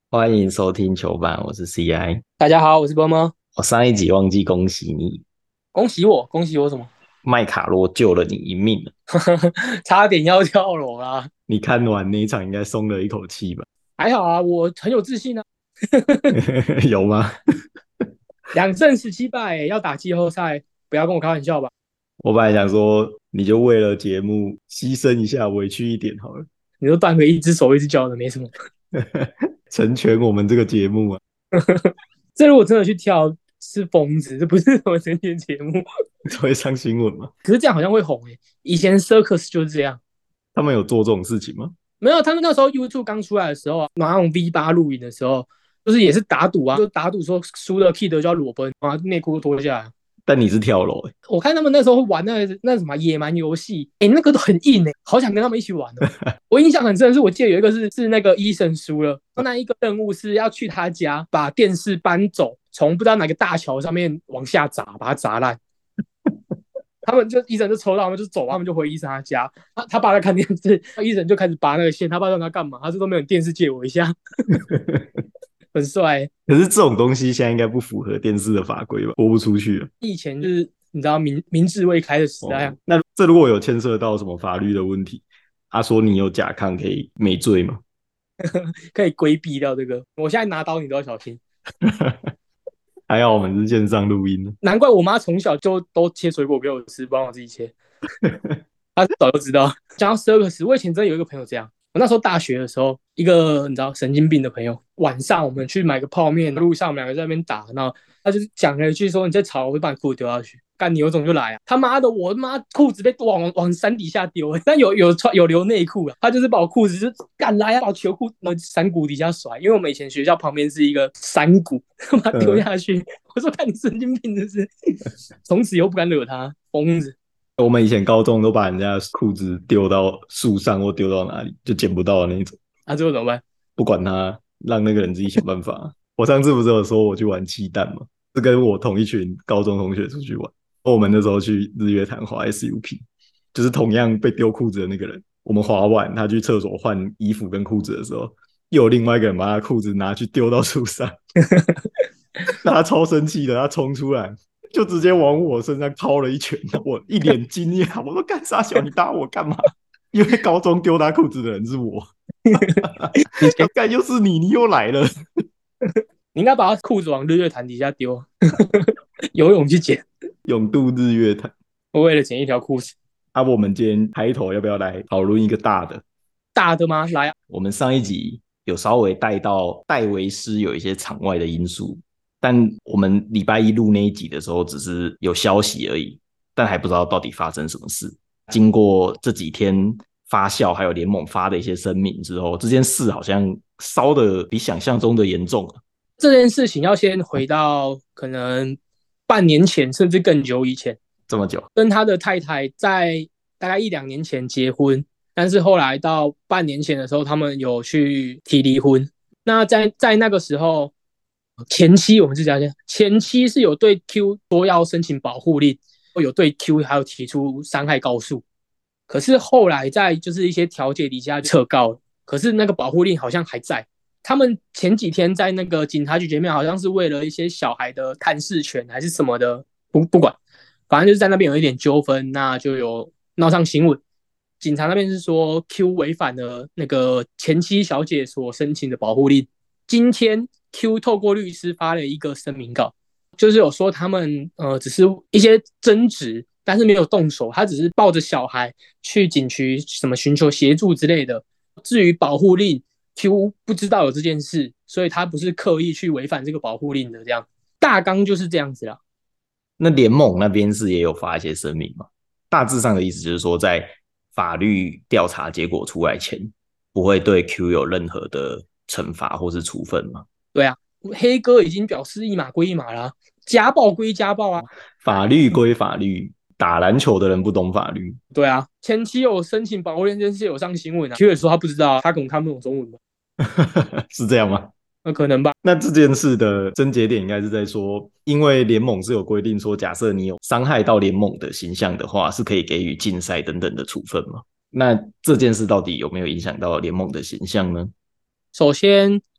欢迎收听球板，我是 CI。 大家好，我是波波。 我上一集忘记恭喜你， 恭喜我，恭喜我什么？ 麦卡洛救了你一命了。 差点要跳楼啦！ 你看完那一场应该松了一口气吧？ 还好啊，我很有自信啊。 有吗？ 2胜17败，要打季后赛，不要跟我开玩笑吧？ 我本来想说，你就为了节目牺牲一下，委屈一点好了， 你说断个一只手一只脚的没什么。 成全我们这个节目啊， 这如果真的去跳是疯子，这不是什么神仙节目。 会上新闻吗？ 可是这样好像会红诶、以前 Circus 就是这样。 他们有做这种事情吗？ 没有，他们那时候 YouTube 刚出来的时候啊，马上 V8录影的时候，就是也是打赌啊，就打赌说输了 Kid 就要裸奔啊，内裤都脱下来。 但你是跳楼欸。 我看他们那时候玩那什么野蛮游戏，哎，那个都很硬哎，好想跟他们一起玩哦。我印象很深的是，我记得有一个是那个医生输了，那一个任务是要去他家把电视搬走，从不知道哪个大桥上面往下砸，把它砸烂。他们就医生就抽到，他们就走，他们就回医生他家。他爸在看电视，医生就开始拔那个线。他爸让他干嘛？他说都没有电视借我一下，很帅欸。 可是这种东西现在应该不符合电视的法规吧？播不出去了。 以前就是你知道明智未开的时代哦， 啊， 那这如果有牵涉到什么法律的问题，他说你有甲亢可以没罪吗？ 可以规避掉这个。我现在拿刀你都要小心。 还好我们是线上录音的。 难怪我妈从小就都切水果给我吃，不让我自己切。她早就知道。讲到12个10，我以前真的有一个朋友这样。我那时候大学的时候，一个你知道神经病的朋友，晚上我们去买个泡面，路上我们两个在那边打，然后他就讲了一句说："你在吵，我会把你裤子丢下去。"干你有种就来啊！他妈的，我妈裤子被往山底下丢，但有留内裤啊，他就是把我裤子就干来啊，把我球裤山谷底下甩，因为我们以前学校旁边是一个山谷，把他丢嗯， 下去。我说看你神经病，就是，从此以后不敢惹他，疯子。 我们以前高中都把人家裤子丢到树上或丢到哪里就捡不到的那种， 啊，最后怎么办？ 不管他，让那个人自己想办法。我上次不是有说我去玩气弹吗？是跟我同一群高中同学出去玩。我们那时候去日月潭滑 SUP，就是同样被丢裤子的那个人。我们滑完，他去厕所换衣服跟裤子的时候，又有另外一个人把他裤子拿去丢到树上，他超生气的，他冲出来就直接往我身上抛了一拳，我一脸惊讶，我说干啥小，你打我干嘛？因为高中丢他裤子的人是我， 你先， 干又是你，你又来了。 你应该把他裤子往日月潭底下丢，游泳去捡。 永渡日月潭。 我为了捡一条裤子。 啊，我们今天开头要不要来讨论一个大的？ 大的吗？来啊！ 我们上一集有稍微带到戴维斯有一些场外的因素，但我们礼拜一录那一集的时候，只是有消息而已，但还不知道到底发生什么事。经过这几天发酵，还有联盟发的一些声明之后，这件事好像烧的比想象中的严重啊。 这件事情要先回到可能半年前，甚至更久以前， 这么久。 跟他的太太在大概1-2年前结婚，但是后来到半年前的时候，他们有去提离婚。那在那个时候，前妻我们是讲前妻是有对 Q 说要申请保护令，有对 Q 还有提出伤害告诉，可是后来在就是一些调解底下撤告了，可是那个保护令好像还在。他们前几天在那个警察局前面，好像是为了一些小孩的探视权还是什么的，不管，反正就是在那边有一点纠纷，那就有闹上新闻。警察那边是说 Q 违反了那个前妻小姐所申请的保护令。今天 Q 透过律师发了一个声明稿，就是有说他们只是一些争执，但是没有动手，他只是抱着小孩去警局什么寻求协助之类的。至于保护令，Q 不知道有这件事，所以他不是刻意去违反这个保护令的，这样大纲就是这样子啦。 那联盟那边是也有发一些声明嘛？大致上的意思就是说，在法律调查结果出来前，不会对 Q 有任何的惩罚或是处分嘛？ 对啊，黑哥已经表示一码归一码啦，家暴归家暴啊。 法律归法律，打篮球的人不懂法律。 对啊，前期有申请保护令这件事有上新闻啊，Q 也说他不知道，他可能看不懂中文吧， 是这样吗？ 那可能吧。 那这件事的症结点应该是在说，因为联盟是有规定说，假设你有伤害到联盟的形象的话，是可以给予禁赛等等的处分嘛？那这件事到底有没有影响到联盟的形象呢？ 首先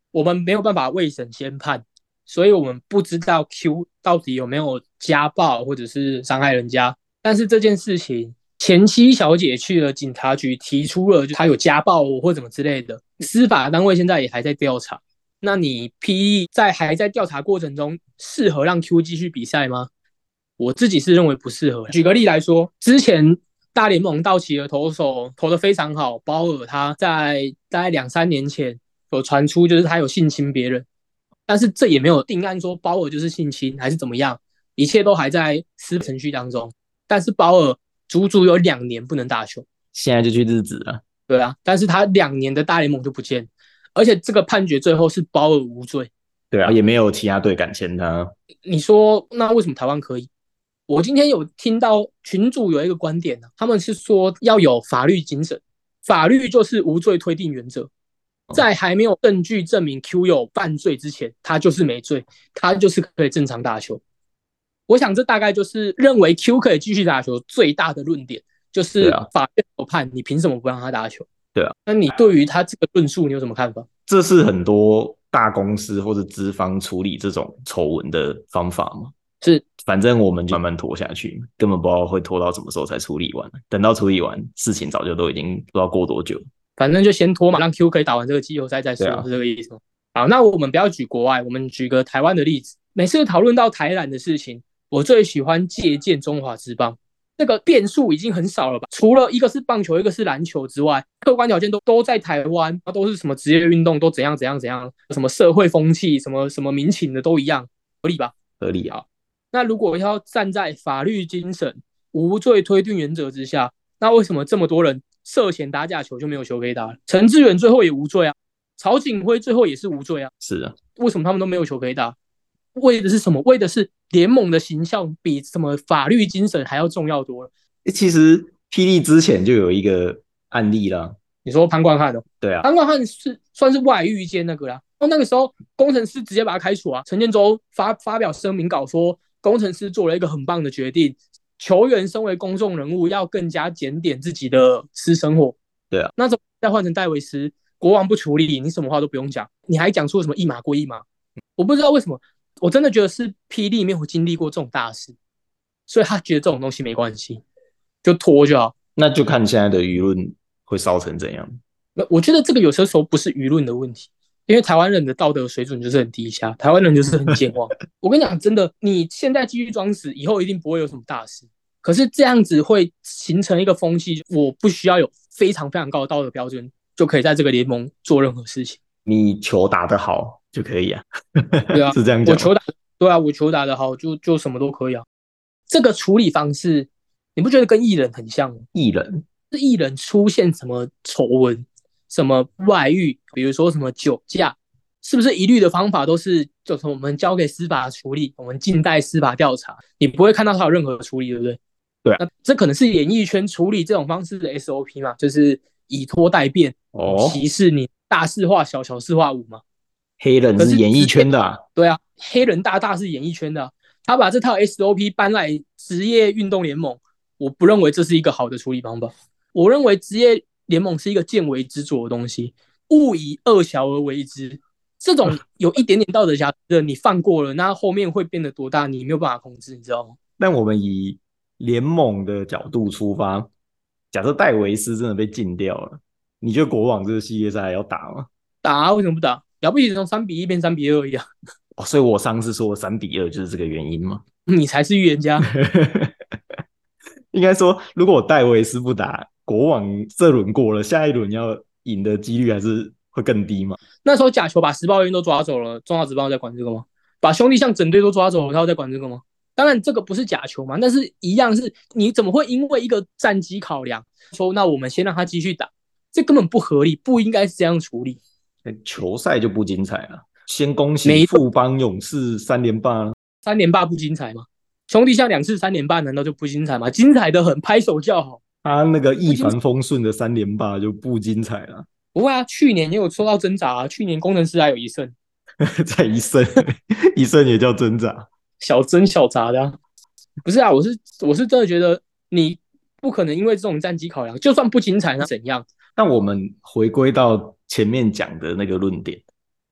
我们没有办法未审先判，所以我们不知道 Q 到底有没有家暴或者是伤害人家。但是这件事情，前妻小姐去了警察局，提出了她有家暴我或怎么之类的，司法单位现在也还在调查。那你 PE 在还在调查过程中，适合让 Q 继续比赛吗？我自己是认为不适合。举个例来说，之前大联盟道奇的投手投得非常好，鲍尔他在大概2、3年前有传出就是他有性侵别人，但是这也没有定案说鲍尔就是性侵还是怎么样，一切都还在司法程序当中。但是鲍尔足足有2年不能打球， 现在就去日职了。 对啊，但是他2年的大联盟就不见，而且这个判决最后是鲍尔无罪。 对啊，也没有其他队敢签他。 你说那为什么台湾可以？我今天有听到群主有一个观点，他们是说要有法律精神，法律就是无罪推定原则，在还没有证据证明 Q 有犯罪之前，他就是没罪，他就是可以正常打球。我想这大概就是认为 Q 可以继续打球最大的论点，就是法院有判，你凭什么不让他打球？ 对啊， 那你对于他这个论述你有什么看法？ 这是很多大公司或者资方处理这种丑闻的方法吗？ 是， 反正我们就慢慢拖下去，根本不知道会拖到什么时候才处理完。等到处理完，事情早就都已经不知道过多久。 反正就先拖嘛，让 Q 可以打完这个季后赛再说，是这个意思吗？好，那我们不要举国外，我们举个台湾的例子。每次讨论到台篮的事情，我最喜欢借鉴中华职棒。这个变数已经很少了吧？除了一个是棒球，一个是篮球之外，客观条件都在台湾，都是什么职业运动，都怎样怎样怎样，什么社会风气，什么什么民情的都一样，合理吧？ 合理啊。 那如果要站在法律精神、无罪推定原则之下，那为什么这么多人涉嫌打假球就没有球可以打了？陈志远最后也无罪啊，曹景辉最后也是无罪啊。 是啊， 为什么他们都没有球可以打？为的是什么？为的是联盟的形象比什么法律精神还要重要多了。 其实霹雳之前就有一个案例啦。 你说潘冠汉哦？ 对啊， 潘冠汉是算是外遇兼那个啦。那个时候工程师直接把他开除啊。陈建州发表声明稿说，工程师做了一个很棒的决定，球员身为公众人物要更加检点自己的私生活。 对啊， 那怎么再换成戴维斯？国王不处理，你什么话都不用讲，你还讲出什么一码归一码？我不知道为什么，我真的觉得是霹雳没有经历过这种大事，所以他觉得这种东西没关系，就拖就好。 那就看现在的舆论会烧成怎样。 我觉得这个有些时候不是舆论的问题，因为台湾人的道德水准就是很低下，台湾人就是很健忘。我跟你讲，真的，你现在继续装死，以后一定不会有什么大事。可是这样子会形成一个风气，我不需要有非常非常高的道德标准，就可以在这个联盟做任何事情。 你球打得好就可以啊。 对啊， 是这样讲。 我球打得好，就什么都可以啊。这个处理方式，你不觉得跟艺人很像吗？ 艺人是艺人出现什么丑闻，什么外遇，比如说什么酒驾，是不是一律的方法都是就是我们交给司法处理，我们静待司法调查，你不会看到他有任何处理，对不对？ 对啊， 那这可能是演艺圈处理这种方式的 SOP 嘛，就是以拖待变，歧视你大事化小，小事化无嘛。 黑人是演艺圈的啊。 对啊，黑人大是演艺圈的啊，他把这套 SOP 搬来职业运动联盟，我不认为这是一个好的处理方法。我认为职业联盟是一个见微知著的东西，勿以恶小而为之。这种有一点点道德瑕疵的，你放过了，那后面会变得多大，你没有办法控制，你知道吗？ 但我们以联盟的角度出发，假设戴维斯真的被禁掉了，你觉得国网这个系列赛还要打吗？ 打啊，为什么不打？了不起从3-1变3-2一样。 哦，所以我上次说3-2就是这个原因吗？ 你才是预言家。 应该说，如果戴维斯不打，国网这轮过了，下一轮要赢的几率还是会更低嘛？ 那时候假球把时报员都抓走了，中华职棒在管这个吗？把兄弟象整队都抓走了，他要在管这个吗？当然这个不是假球嘛，但是一样是你怎么会因为一个战绩考量说那我们先让他继续打，这根本不合理，不应该是这样处理。 球赛就不精彩了。先恭喜富邦勇士3连霸了。 3连霸不精彩吗？兄弟象2次3连霸难道就不精彩吗？精彩的很，拍手叫好。 他那个一帆风顺的3连霸就不精彩了。 不会啊，去年也有受到挣扎啊，去年工程师还有1胜。 再1胜，1胜也叫挣扎， 小挣小砸的啊。不是啊，我是真的觉得你不可能因为这种战绩考量，就算不精彩那怎样？ 但我们回归到前面讲的那个论点，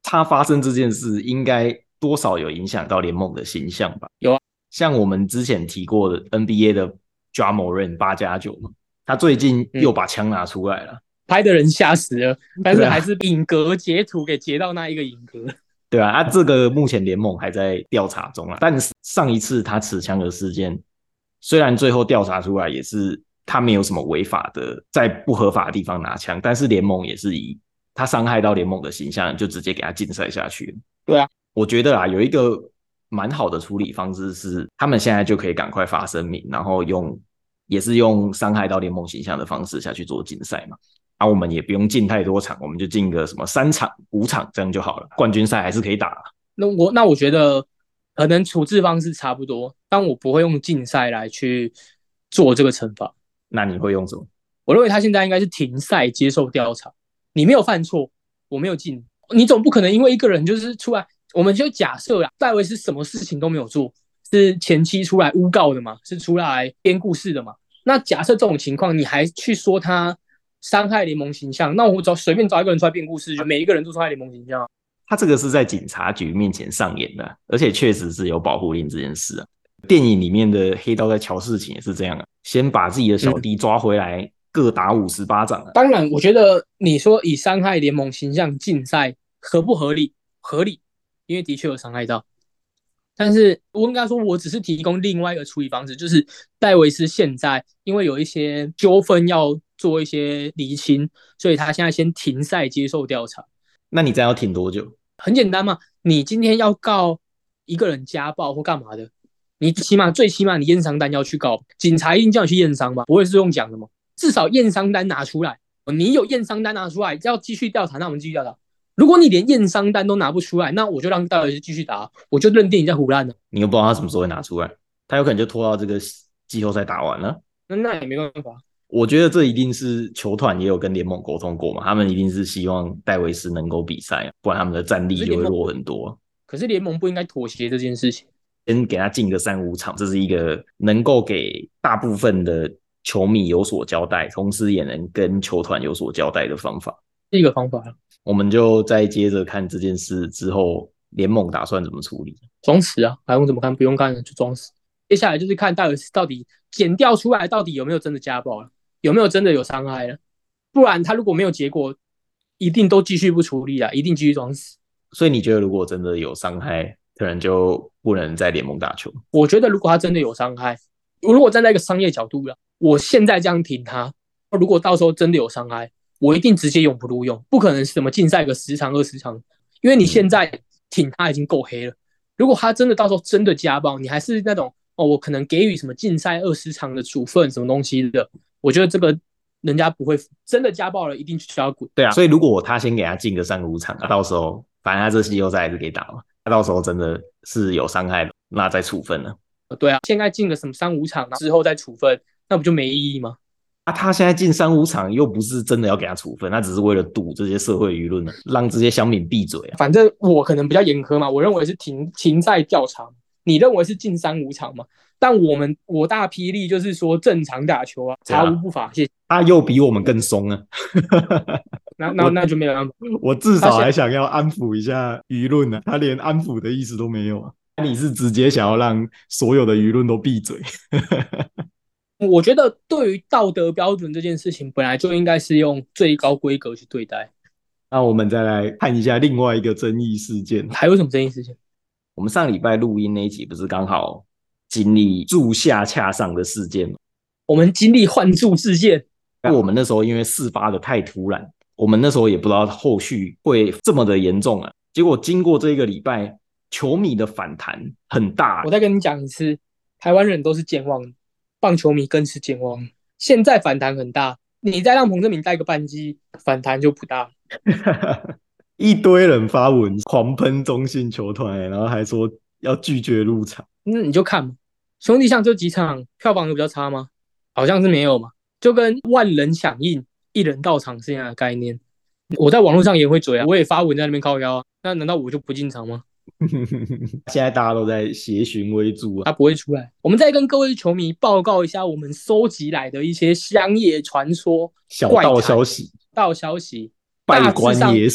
他发生这件事应该多少有影响到联盟的形象吧？ 有啊， 像我们之前提过的 NBA 的 Ja Morant 8+9嘛，他最近又把枪拿出来了， 拍的人吓死了，但是还是影格截图给截到那一个影格。 对啊，这个目前联盟还在调查中啊。但是上一次他持枪的事件，虽然最后调查出来也是他没有什么违法的，在不合法的地方拿枪，但是联盟也是以他伤害到联盟的形象，就直接给他禁赛下去了。 对啊， 我觉得有一个蛮好的处理方式是，他们现在就可以赶快发声明，然后也是用伤害到联盟形象的方式下去做禁赛嘛。我们也不用进太多场，我们就进个什么3场、5场这样就好了。冠军赛还是可以打。 那我觉得可能处置方式差不多，但我不会用禁赛来去做这个惩罚。 那你会用什么？ 我认为他现在应该是停赛接受调查。你没有犯错，我没有禁你，总不可能因为一个人就是出来，我们就假设啦，戴维斯什么事情都没有做，是前妻出来诬告的嘛，是出来编故事的嘛？那假设这种情况，你还去说他伤害联盟形象，那我随便找一个人出来编故事，就每一个人都伤害联盟形象。 他这个是在警察局面前上演的，而且确实是有保护令这件事啊。电影里面的黑道在瞧事情也是这样啊，先把自己的小弟抓回来，各打50巴掌啊。 当然，我觉得你说以伤害联盟形象禁赛合不合理？合理，因为的确有伤害到。但是我应该说，我只是提供另外一个处理方式，就是戴维斯现在因为有一些纠纷要做一些厘清，所以他现在先停赛接受调查。 那你这样要停多久？ 很简单嘛，你今天要告一个人家暴或干嘛的，你最起码你验伤单要去告，警察一定叫你去验伤吧，不会是用讲的嘛？至少验伤单拿出来，你有验伤单拿出来，要继续调查，那我们继续调查。如果你连验伤单都拿不出来，那我就让戴维斯继续打，我就认定你在胡乱了。 你又不知道他什么时候会拿出来，他有可能就拖到这个季后赛打完了。 那也没办法。 我觉得这一定是球团也有跟联盟沟通过嘛，他们一定是希望戴维斯能够比赛，不然他们的战力就会弱很多。 可是联盟不应该妥协这件事情， 先给他进个3-5场，这是一个能够给大部分的球迷有所交代，同时也能跟球团有所交代的方法， 是一个方法。 我们就再接着看这件事之后，联盟打算怎么处理。 装死啊，还用怎么看？不用看就装死。接下来就是看戴维斯到底检调出来到底有没有真的家暴了，有没有真的有伤害了，不然他如果没有结果，一定都继续不处理了，一定继续装死。 所以你觉得如果真的有伤害，可能就不能在联盟打球？ 我觉得如果他真的有伤害，如果站在一个商业角度了，我现在这样挺他，如果到时候真的有伤害，我一定直接永不录用，不可能什么禁赛个10场20场，因为你现在挺他已经够黑了。如果他真的到时候真的家暴，你还是那种我可能给予什么禁赛20场的处分什么东西的，我觉得这个人家不会真的家暴了，一定需要滚。 对啊，所以如果他先给他进个3-5场，到时候反正他这季后赛还是可以打嘛，他到时候真的是有伤害的，那再处分了。 对啊，现在进个什么3-5场之后再处分，那不就没意义吗？ 他现在进3-5场又不是真的要给他处分，他只是为了堵这些社会舆论，让这些乡民闭嘴反正我可能比较严苛嘛，我认为是停赛调查，你认为是进3-5场嘛？但我大霹雳就是说正常打球啊，查无不法。谢谢。 他又比我们更松啊。 那就没有办法。 我至少还想要安抚一下舆论呢，他连安抚的意思都没有啊。你是直接想要让所有的舆论都闭嘴？ 我觉得对于道德标准这件事情，本来就应该是用最高规格去对待。 那我们再来看一下另外一个争议事件。 还有什么争议事件？ 我们上礼拜录音那一集不是刚好经历柱下恰上的事件吗？ 我们经历换柱事件。 我们那时候因为事发的太突然，我们那时候也不知道后续会这么的严重啊。结果经过这一个礼拜，球迷的反弹很大。 我再跟你讲一次，台湾人都是健忘的，棒球迷更是健忘。现在反弹很大，你再让彭政閔带个半季，反弹就不大。 一堆人发文狂喷中信球团，然后还说要拒绝入场。 那你就看嘛，兄弟象这几场票房有比较差吗？好像是没有嘛，就跟万人响应一人到场是一样的概念。我在网络上也会追啊，我也发文在那边靠腰啊，那难道我就不进场吗？ 现在大家都在协寻为主啊， 他不会出来。我们再跟各位球迷报告一下我们收集来的一些乡野传说、 小道消息、 道消息， 拜官野史。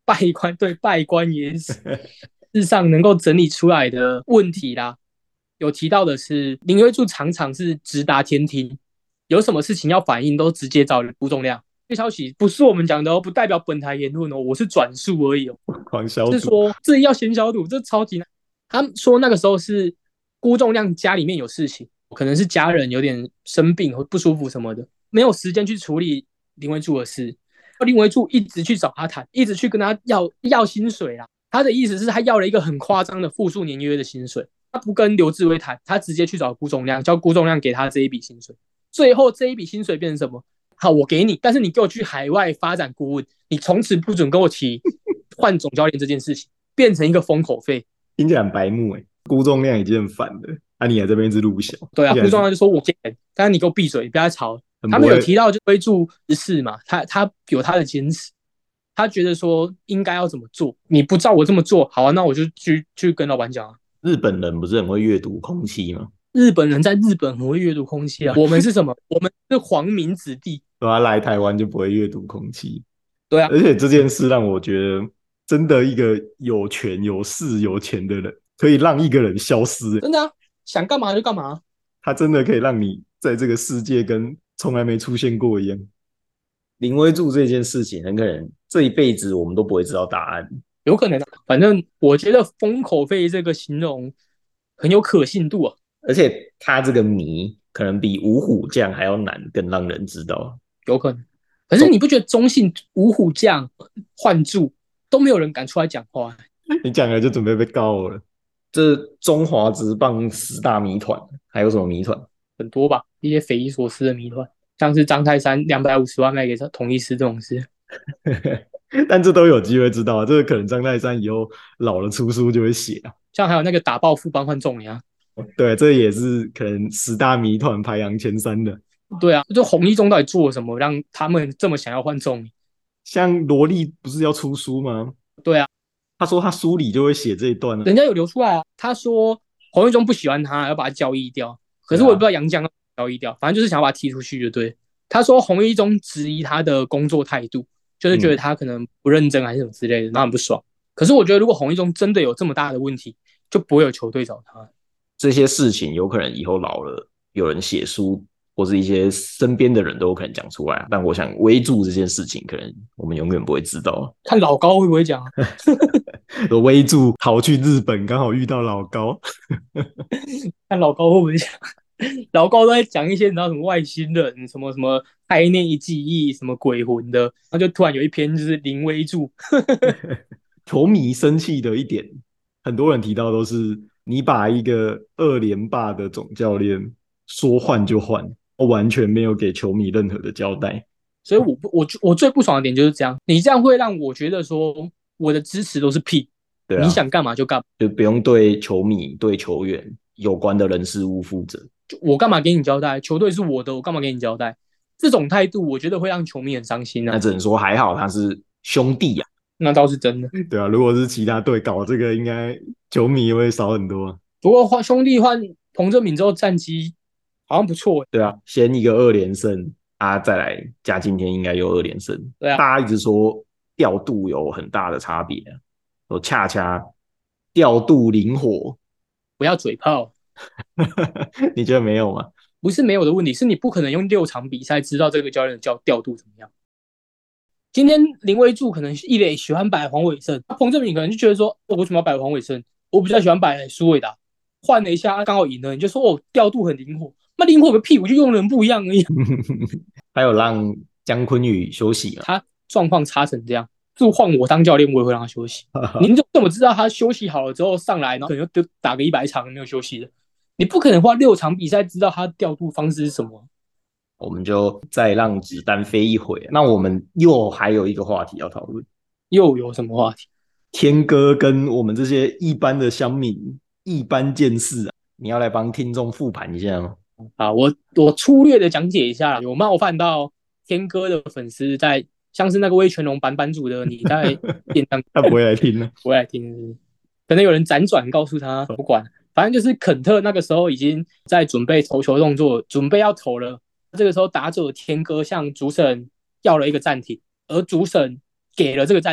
拜官野史，事实上能够整理出来的问题啦，有提到的是林威柱常常是直达天听，有什么事情要反映都直接找辜仲谅。这消息不是我们讲的哦，不代表本台言论哦，我是转述而已哦。 狂消毒， 是说这要先消毒，这超级难。他说那个时候是辜仲谅家里面有事情，可能是家人有点生病或不舒服什么的，没有时间去处理林维柱的事。林维柱一直去找他谈，一直去跟他要薪水啦。他的意思是他要了一个很夸张的复数年约的薪水，他不跟刘志威谈，他直接去找辜仲谅，叫辜仲谅给他这一笔薪水。最后这一笔薪水变成什么？好，我给你，但是你给我去海外发展顾问，你从此不准跟我提换总教练这件事情，变成一个封口费。 听起来很白目哎。辜仲谅已经很烦了，你还这边一直录小。 对啊，辜仲谅就说我给钱，但是你给我闭嘴，不要再吵。他们有提到就威助之事嘛，他有他的坚持，他觉得说应该要怎么做，你不照我这么做，好啊，那我就去跟老板讲啊。 日本人不是很会阅读空气吗？ 日本人在日本很会阅读空气啊，我们是什么？我们是皇民子弟， 对啊，来台湾就不会阅读空气。 对啊， 而且这件事让我觉得，真的一个有权有势有钱的人，可以让一个人消失。 真的啊，想干嘛就干嘛。 他真的可以让你在这个世界跟从来没出现过一样。林威柱这件事情，很可能这一辈子我们都不会知道答案。 有可能啊，反正我觉得封口费这个形容很有可信度啊。 而且他这个谜可能比五虎将还要难，更让人知道。 有可能。可是你不觉得中信五虎将换柱都没有人敢出来讲话？ 你讲了就准备被告了。这中华职棒10大谜团，还有什么谜团？ 很多吧，一些匪夷所思的谜团，像是张泰山250万卖给统一狮这种事。 但这都有机会知道啊，这个可能张泰山以后老了出书就会写啊。 像还有那个打爆富邦换仲牙， 对，这也是可能10大谜团排行前3的。 对啊，就洪一中到底做了什么，让他们这么想要换仲？ 像罗莉不是要出书吗？ 对啊， 他说他书里就会写这一段啊。 人家有流出来啊，他说洪一中不喜欢他，要把他交易掉。可是我也不知道杨绛要交易掉，反正就是想要把他踢出去就对。他说洪一中质疑他的工作态度，就是觉得他可能不认真还是什么之类的，那很不爽。可是我觉得如果洪一中真的有这么大的问题，就不会有球队找他。 这些事情有可能以后老了，有人写书，或是一些身边的人都有可能讲出来。但我想威助这件事情，可能我们永远不会知道。 看老高会不会讲啊？ 威助逃去日本，刚好遇到老高。 看老高会不会讲？老高都在讲一些你知道什么外星人，什么什么开内记忆，什么鬼魂的，然后就突然有一篇就是林威助。 球迷生气的一点，很多人提到都是你把一个2连霸的总教练说换就换，完全没有给球迷任何的交代。 所以我最不爽的点就是这样，你这样会让我觉得说我的支持都是屁， 对啊， 你想干嘛就干嘛， 就不用对球迷、对球员有关的人事物负责。 我干嘛给你交代？球队是我的，我干嘛给你交代？这种态度我觉得会让球迷很伤心啊。 那只能说还好他是兄弟啊。 那倒是真的。 对啊，如果是其他队搞这个，应该球迷会少很多。 不过换兄弟换彭政闵之后战绩好像不错。 对啊，先一个2连胜啊，再来加今天应该又2连胜。 对啊， 大家一直说调度有很大的差别啊，说恰恰调度灵活， 不要嘴炮。 你觉得没有吗？ 不是没有的问题，是你不可能用6场比赛知道这个教练的调度怎么样。今天林威柱可能一垒喜欢摆黄伟胜，彭政闵可能就觉得说，我为什么要摆黄伟胜？我比较喜欢摆苏伟达，换了一下刚好赢了，你就说哦调度很灵活，那灵活个屁，我就用的人不一样而已。 还有让姜昆宇休息嘛？ 他状况差成这样，就换我当教练，我也会让他休息。您怎么知道他休息好了之后上来，然后可能就打个100场没有休息的？你不可能花6场比赛知道他调度方式是什么。 我们就再让子弹飞一回。那我们又还有一个话题要讨论， 又有什么话题？ 天哥跟我们这些一般的乡民一般见识啊，你要来帮听众复盘一下吗？ 啊，我粗略的讲解一下，有冒犯到天哥的粉丝在，像是那个威权龙版主的你在便当， 他不会来听呢， 不会来听是不是，可能有人辗转告诉他，不管，反正就是肯特那个时候已经在准备投球动作，准备要投了。这个时候打者天哥向主审要了一个暂停，而主审给了这个暂停，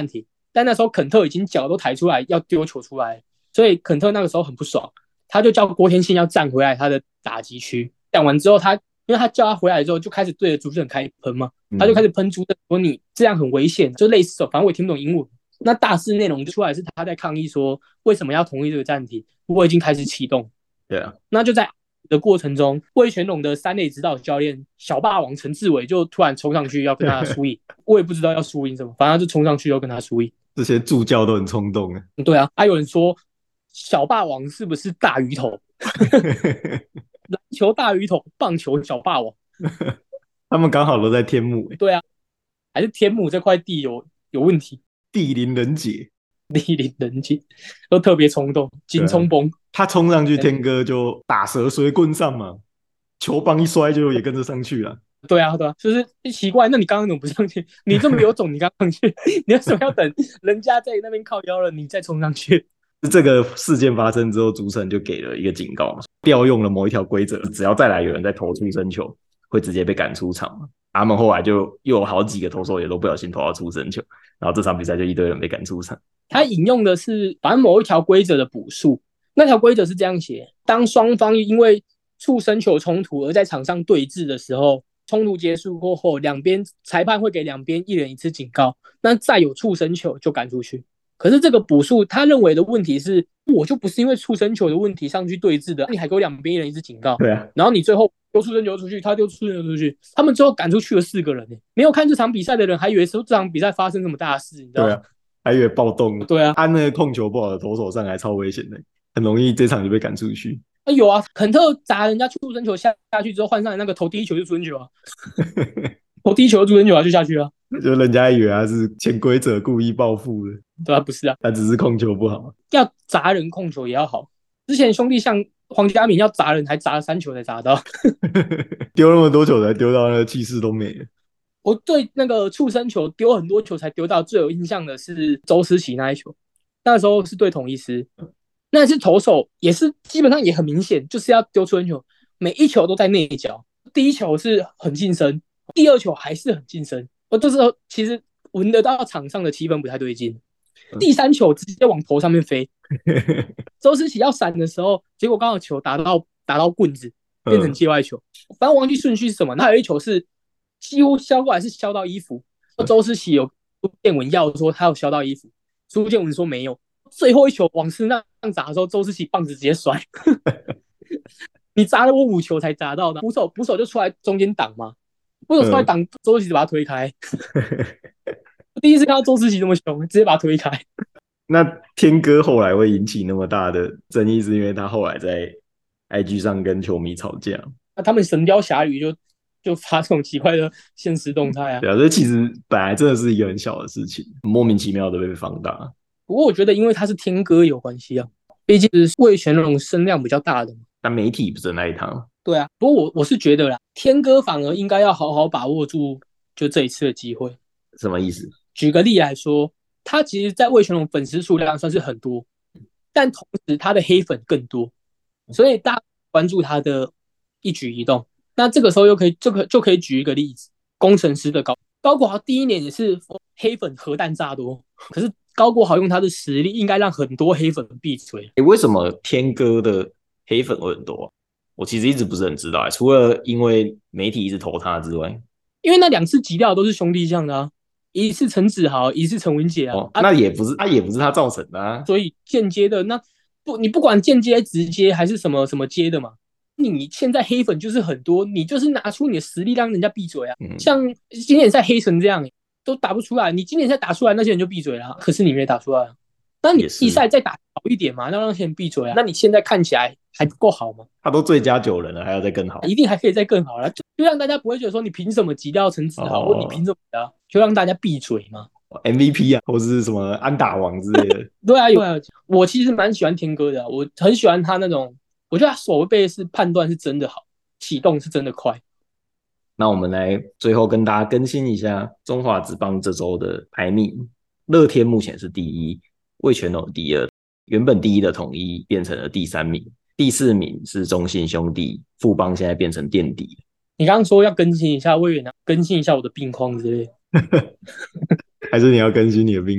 但那时候肯特已经脚都抬出来要丢球出来，所以肯特那个时候很不爽，他就叫郭天信要站回来他的打击区。讲完之后，因为他叫他回来之后，就开始对着主审开始喷嘛，他就开始喷主审说你这样很危险，就类似反正我也听不懂英文。那大致内容就出来是他在抗议说为什么要同意这个暂停，我已经开始启动。 对啊， 那就在的过程中，魏全龙的三垒指导教练小霸王陈志伟就突然冲上去要跟他输赢，我也不知道要输赢什么，反正他就冲上去要跟他输赢。 这些助教都很冲动啊。 对啊，还有人说小霸王是不是大鱼头？篮球大鱼头，棒球小霸王。 他们刚好都在天母。 对啊，还是天母这块地有问题， 地灵人杰， 地灵人杰都特别冲动，金冲崩。 他冲上去，天哥就打蛇随棍上嘛，球棒一摔就也跟着上去了。 对啊，对啊，就是奇怪，那你刚刚怎么不上去？你这么有种，你刚上去，你为什么要等人家在那边靠腰了，你再冲上去？ 这个事件发生之后，主审就给了一个警告，调用了某一条规则，只要再来有人在投出生球，会直接被赶出场嘛。他们后来就又有好几个投手也都不小心投到出生球，然后这场比赛就一堆人被赶出场。 他引用的是反正某一条规则的补述，那条规则是这样写：当双方因为触身球冲突而在场上对峙的时候，冲突结束过后，裁判会给两边一人一次警告，那再有触身球就赶出去。可是这个补述他认为的问题是，我就不是因为触身球的问题上去对峙的，你还给我两边一人一次警告， 对啊， 然后你最后丢触身球出去，他丢触身球出去，他们最后赶出去了4个人，没有看这场比赛的人还以为说这场比赛发生什么大事，你知道吗？ 对啊，还以为暴动。 对啊， 按那个控球不好的投手上来超危险的，很容易这场就被赶出去。 有啊，肯特砸人家触身球下去之后，换上来那个投第一球就触身球啊，投第一球就触身球啊就下去了， 就人家以为他是潜规则故意报复的， 对啊，不是啊， 他只是控球不好。 要砸人控球也要好。之前兄弟像黄家明要砸人，还砸了3球才砸到， 丢那么多球才丢到，那个气势都没了。 我对那个触身球丢很多球才丢到，最有印象的是周思齐那一球，那时候是对统一狮，那是投手也是基本上也很明显，就是要丢触身球，每一球都在内角，第一球是很近身，第二球还是很近身，我这时候其实闻得到场上的气氛不太对劲，第3球直接往头上面飞，周思齐要闪的时候，结果刚好球打到棍子，变成界外球，反正忘记顺序是什么，那还有一球是几乎削过来是削到衣服，周思齐有苏建文要说他有削到衣服，苏建文说没有，最后一球往身上砸的时候，周思齐棒子直接甩，你砸了我5球才砸到的，捕手就出来中间挡嘛，捕手出来挡，周思齐把他推开，第一次看到周思齐这么凶，直接把他推开。 那天哥后来会引起那么大的争议，是因为他后来在 IG 上跟球迷吵架。 那他们神雕侠侣就发这种奇怪的现实动态啊。 对啊，这其实本来真的是一个很小的事情，莫名其妙的被放大。 不过我觉得因为他是天哥有关系啊，毕竟是魏全龙声量比较大的嘛。 但媒体不是很爱他。 对啊，不过我是觉得啦，天哥反而应该要好好把握住就这一次的机会。 什么意思？ 举个例来说，他其实在魏全龙粉丝数量算是很多，但同时他的黑粉更多，所以大家关注他的一举一动。那这个时候就可以举一个例子，工程师的高国豪第一年也是黑粉核弹炸多，可是高国豪用他的实力应该让很多黑粉闭嘴。 为什么天哥的黑粉会很多啊？我其实一直不是很知道，除了因为媒体一直投他之外， 因为那2次急掉都是兄弟象的啊，一次陈子豪，一次陈文杰啊， 那也不是他造成的啊， 所以间接的你不管间接直接还是什么什么接的嘛，你现在黑粉就是很多，你就是拿出你的实力让人家闭嘴啊。像今年赛黑成这样，都打不出来，你今年赛打出来，那些人就闭嘴了，可是你没打出来啊。那你比赛再打好一点嘛，让那些人闭嘴啊。那你现在看起来还不够好吗？ 他都最佳9人了，还要再更好， 一定还可以再更好了，就让大家不会觉得说你凭什么挤掉陈子豪，或你凭什么的，就让大家闭嘴嘛。 MVP 啊，或是什么安打王之类的。 对啊，我其实蛮喜欢天哥的，我很喜欢他那种，我觉得他手背是判断是真的好，启动是真的快。 那我们来最后跟大家更新一下中华职棒这周的排名，乐天目前是第1，味全龙第2，原本第1的统一变成了第3名，第4名是中信兄弟，富邦现在变成垫底。 你刚刚说要更新一下魏源，更新一下我的病况之类的。 还是你要更新你的病况？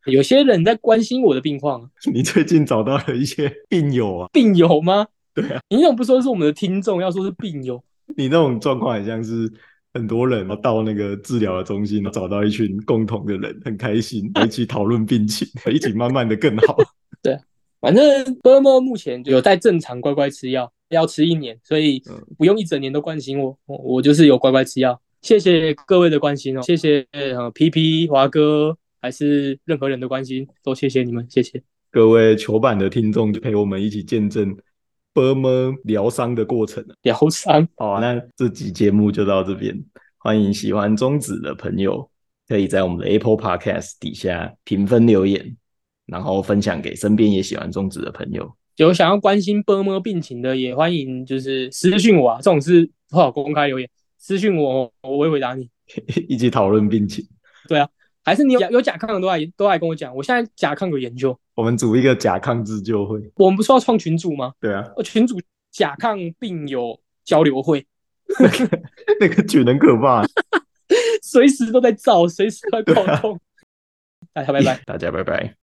有些人在关心我的病况， 你最近找到了一些病友啊？ 病友吗？ 对啊， 你怎么不说是我们的听众，要说是病友？ 你那种状况很像是很多人到那个治疗的中心，找到一群共同的人，很开心，一起讨论病情，一起慢慢的更好。 对，反正波波目前有在正常乖乖吃药，要吃1年，所以不用一整年都关心我，我就是有乖乖吃药。谢谢各位的关心哦，谢谢PP 华哥，还是任何人的关心，都谢谢你们，谢谢各位球板的听众，陪我们一起见证波波疗伤的过程。 疗伤。 好啊，那这集节目就到这边。欢迎喜欢中指的朋友，可以在我们的 Apple Podcast 底下评分留言，然后分享给身边也喜欢中指的朋友。 有想要关心波波病情的，也欢迎就是私讯我啊，这种事不好公开留言，私讯我，我会回答你。 一起讨论病情。 对啊，还是你有甲亢的都来跟我讲，我现在甲亢有研究。 我们组一个甲亢自救会。 我们不是要创群组吗？ 对啊， 群组甲亢病友交流会， 那个群很可怕， 随时都在造，随时都在沟通。大家拜拜。 大家拜拜。